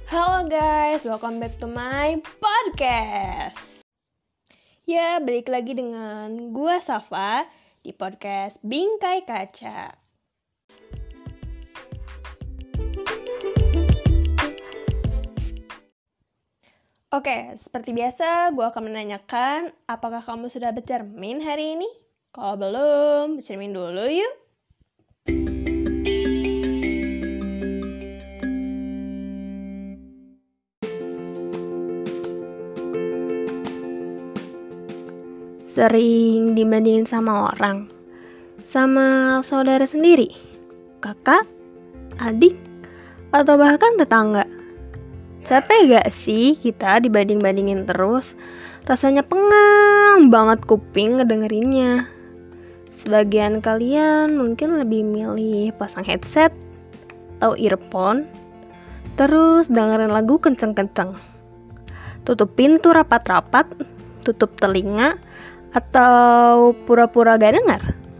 Halo guys, welcome back to my podcast. Ya, balik lagi dengan gua Safa di podcast Bingkai Kaca. Oke, seperti biasa gua akan menanyakan apakah kamu sudah bercermin hari ini? Kalau belum, bercermin dulu yuk. Sering dibandingin sama orang, sama saudara sendiri, kakak, adik, atau bahkan tetangga. Capek gak sih kita dibanding-bandingin terus? Rasanya pengang banget kuping ngedengerinnya. Sebagian kalian mungkin lebih milih pasang headset atau earphone, terus dengerin lagu kenceng-kenceng. Tutup pintu rapat-rapat, tutup telinga, atau pura-pura gak dengar.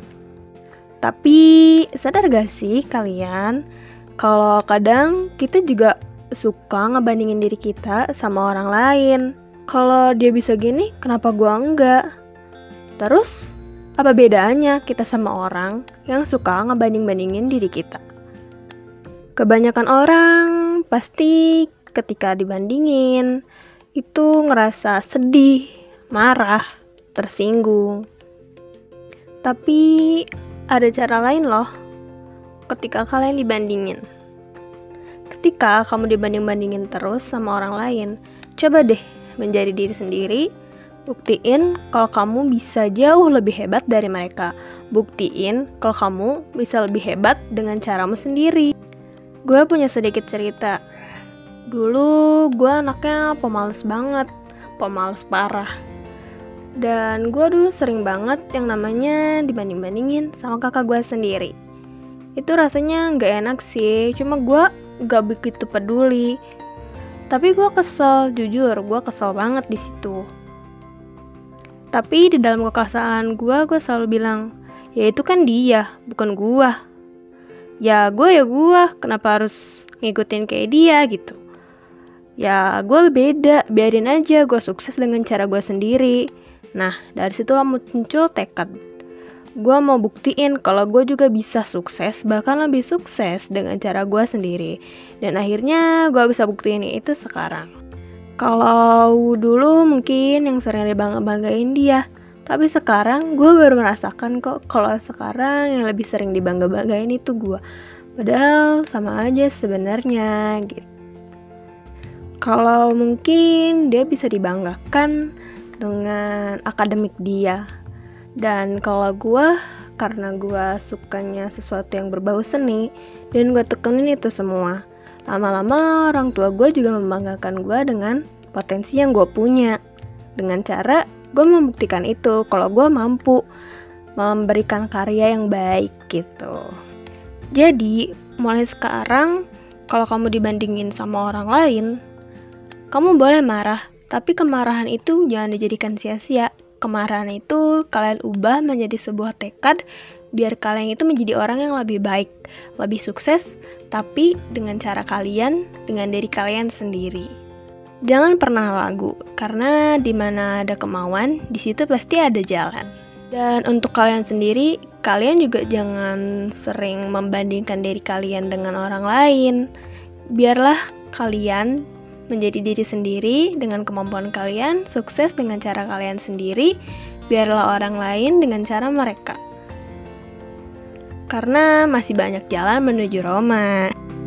Tapi sadar gak sih kalian kalau kadang kita juga suka ngebandingin diri kita sama orang lain. Kalau dia bisa gini, kenapa gua enggak? Terus apa bedanya kita sama orang yang suka ngebanding-bandingin diri kita? Kebanyakan orang pasti ketika dibandingin itu ngerasa sedih, marah, tersinggung. Tapi ada cara lain loh ketika kalian dibandingin. Ketika kamu dibanding-bandingin terus sama orang lain, coba deh menjadi diri sendiri. Buktiin kalau kamu bisa jauh lebih hebat dari mereka. Buktiin kalau kamu bisa lebih hebat dengan caramu sendiri. Gue punya sedikit cerita. Dulu gue anaknya pemalas banget, pemalas parah. Dan gue dulu sering banget yang namanya dibanding-bandingin sama kakak gue sendiri. Itu rasanya gak enak sih, cuma gue gak begitu peduli. Tapi gue kesel, jujur, gue kesel banget di situ. Tapi di dalam kekesalan gue selalu bilang, ya itu kan dia, bukan gue. Ya gue, kenapa harus ngikutin kayak dia gitu. Ya gue beda, biarin aja gue sukses dengan cara gue sendiri. Nah, dari situlah muncul tekad. Gue mau buktiin kalau gue juga bisa sukses, bahkan lebih sukses dengan cara gue sendiri. Dan akhirnya gue bisa buktiin itu sekarang. Kalau dulu mungkin yang sering dibangga-banggain dia, tapi sekarang gue baru merasakan kok kalau sekarang yang lebih sering dibangga-banggain itu gue. Padahal sama aja sebenarnya gitu. Kalau mungkin dia bisa dibanggakan dengan akademik dia. Dan kalau gue, karena gue sukanya sesuatu yang berbau seni, dan gue tekenin itu semua. Lama-lama orang tua gue juga membanggakan gue dengan potensi yang gue punya. Dengan cara gue membuktikan itu kalau gue mampu memberikan karya yang baik gitu. Jadi mulai sekarang kalau kamu dibandingin sama orang lain, kamu boleh marah, tapi kemarahan itu jangan dijadikan sia-sia. Kemarahan itu kalian ubah menjadi sebuah tekad biar kalian itu menjadi orang yang lebih baik, lebih sukses, tapi dengan cara kalian, dengan diri kalian sendiri. Jangan pernah ragu, karena di mana ada kemauan, di situ pasti ada jalan. Dan untuk kalian sendiri, kalian juga jangan sering membandingkan diri kalian dengan orang lain. Biarlah kalian menjadi diri sendiri dengan kemampuan kalian, sukses dengan cara kalian sendiri, biarlah orang lain dengan cara mereka. Karena masih banyak jalan menuju Roma.